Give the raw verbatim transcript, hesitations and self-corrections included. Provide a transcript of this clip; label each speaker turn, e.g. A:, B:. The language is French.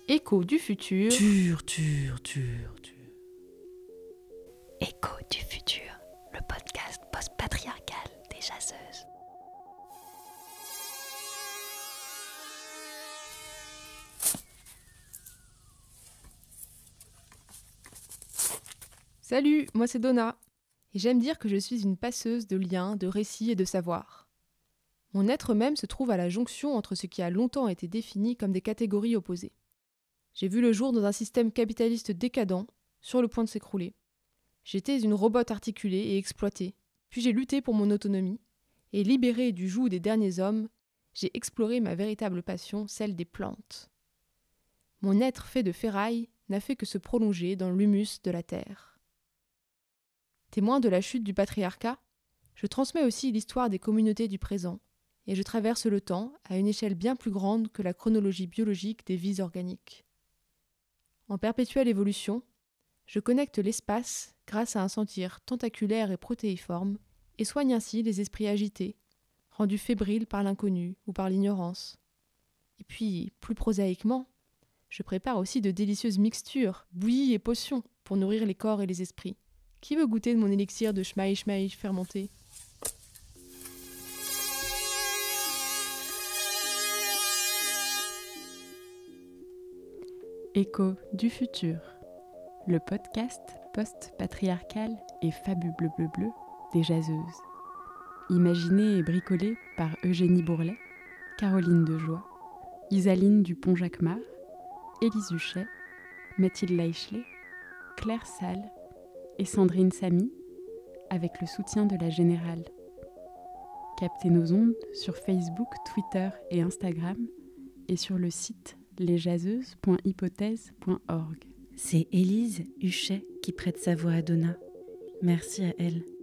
A: Écho du futur.
B: Tur, tur, tur, tur.
C: Écho du futur, le podcast post-patriarcal des jaseuses.
A: Salut, moi c'est Donna. Et j'aime dire que je suis une passeuse de liens, de récits et de savoirs. Mon être même se trouve à la jonction entre ce qui a longtemps été défini comme des catégories opposées. J'ai vu le jour dans un système capitaliste décadent, sur le point de s'écrouler. J'étais une robote articulée et exploitée, puis j'ai lutté pour mon autonomie, et libérée du joug des derniers hommes, j'ai exploré ma véritable passion, celle des plantes. Mon être fait de ferraille n'a fait que se prolonger dans l'humus de la terre. Témoin de la chute du patriarcat, je transmets aussi l'histoire des communautés du présent, et je traverse le temps à une échelle bien plus grande que la chronologie biologique des vies organiques. En perpétuelle évolution, je connecte l'espace grâce à un sentir tentaculaire et protéiforme et soigne ainsi les esprits agités, rendus fébriles par l'inconnu ou par l'ignorance. Et puis, plus prosaïquement, je prépare aussi de délicieuses mixtures, bouillies et potions pour nourrir les corps et les esprits. Qui veut goûter de mon élixir de schmaï schmaï fermenté ?
B: Écho du futur, le podcast post-patriarcal et fabuleux bleu bleu des jaseuses. Imaginé et bricolé par Eugénie Bourlet, Caroline Dejoie, Isaline Dupont-Jacquemart, Élise Huchet, Mathilde Leichelet, Claire Salle et Sandrine Samy, avec le soutien de la Générale. Captez nos ondes sur Facebook, Twitter et Instagram et sur le site les jaseuses point hypothèse point org.
D: C'est Élise Huchet qui prête sa voix à Donna. Merci à elle.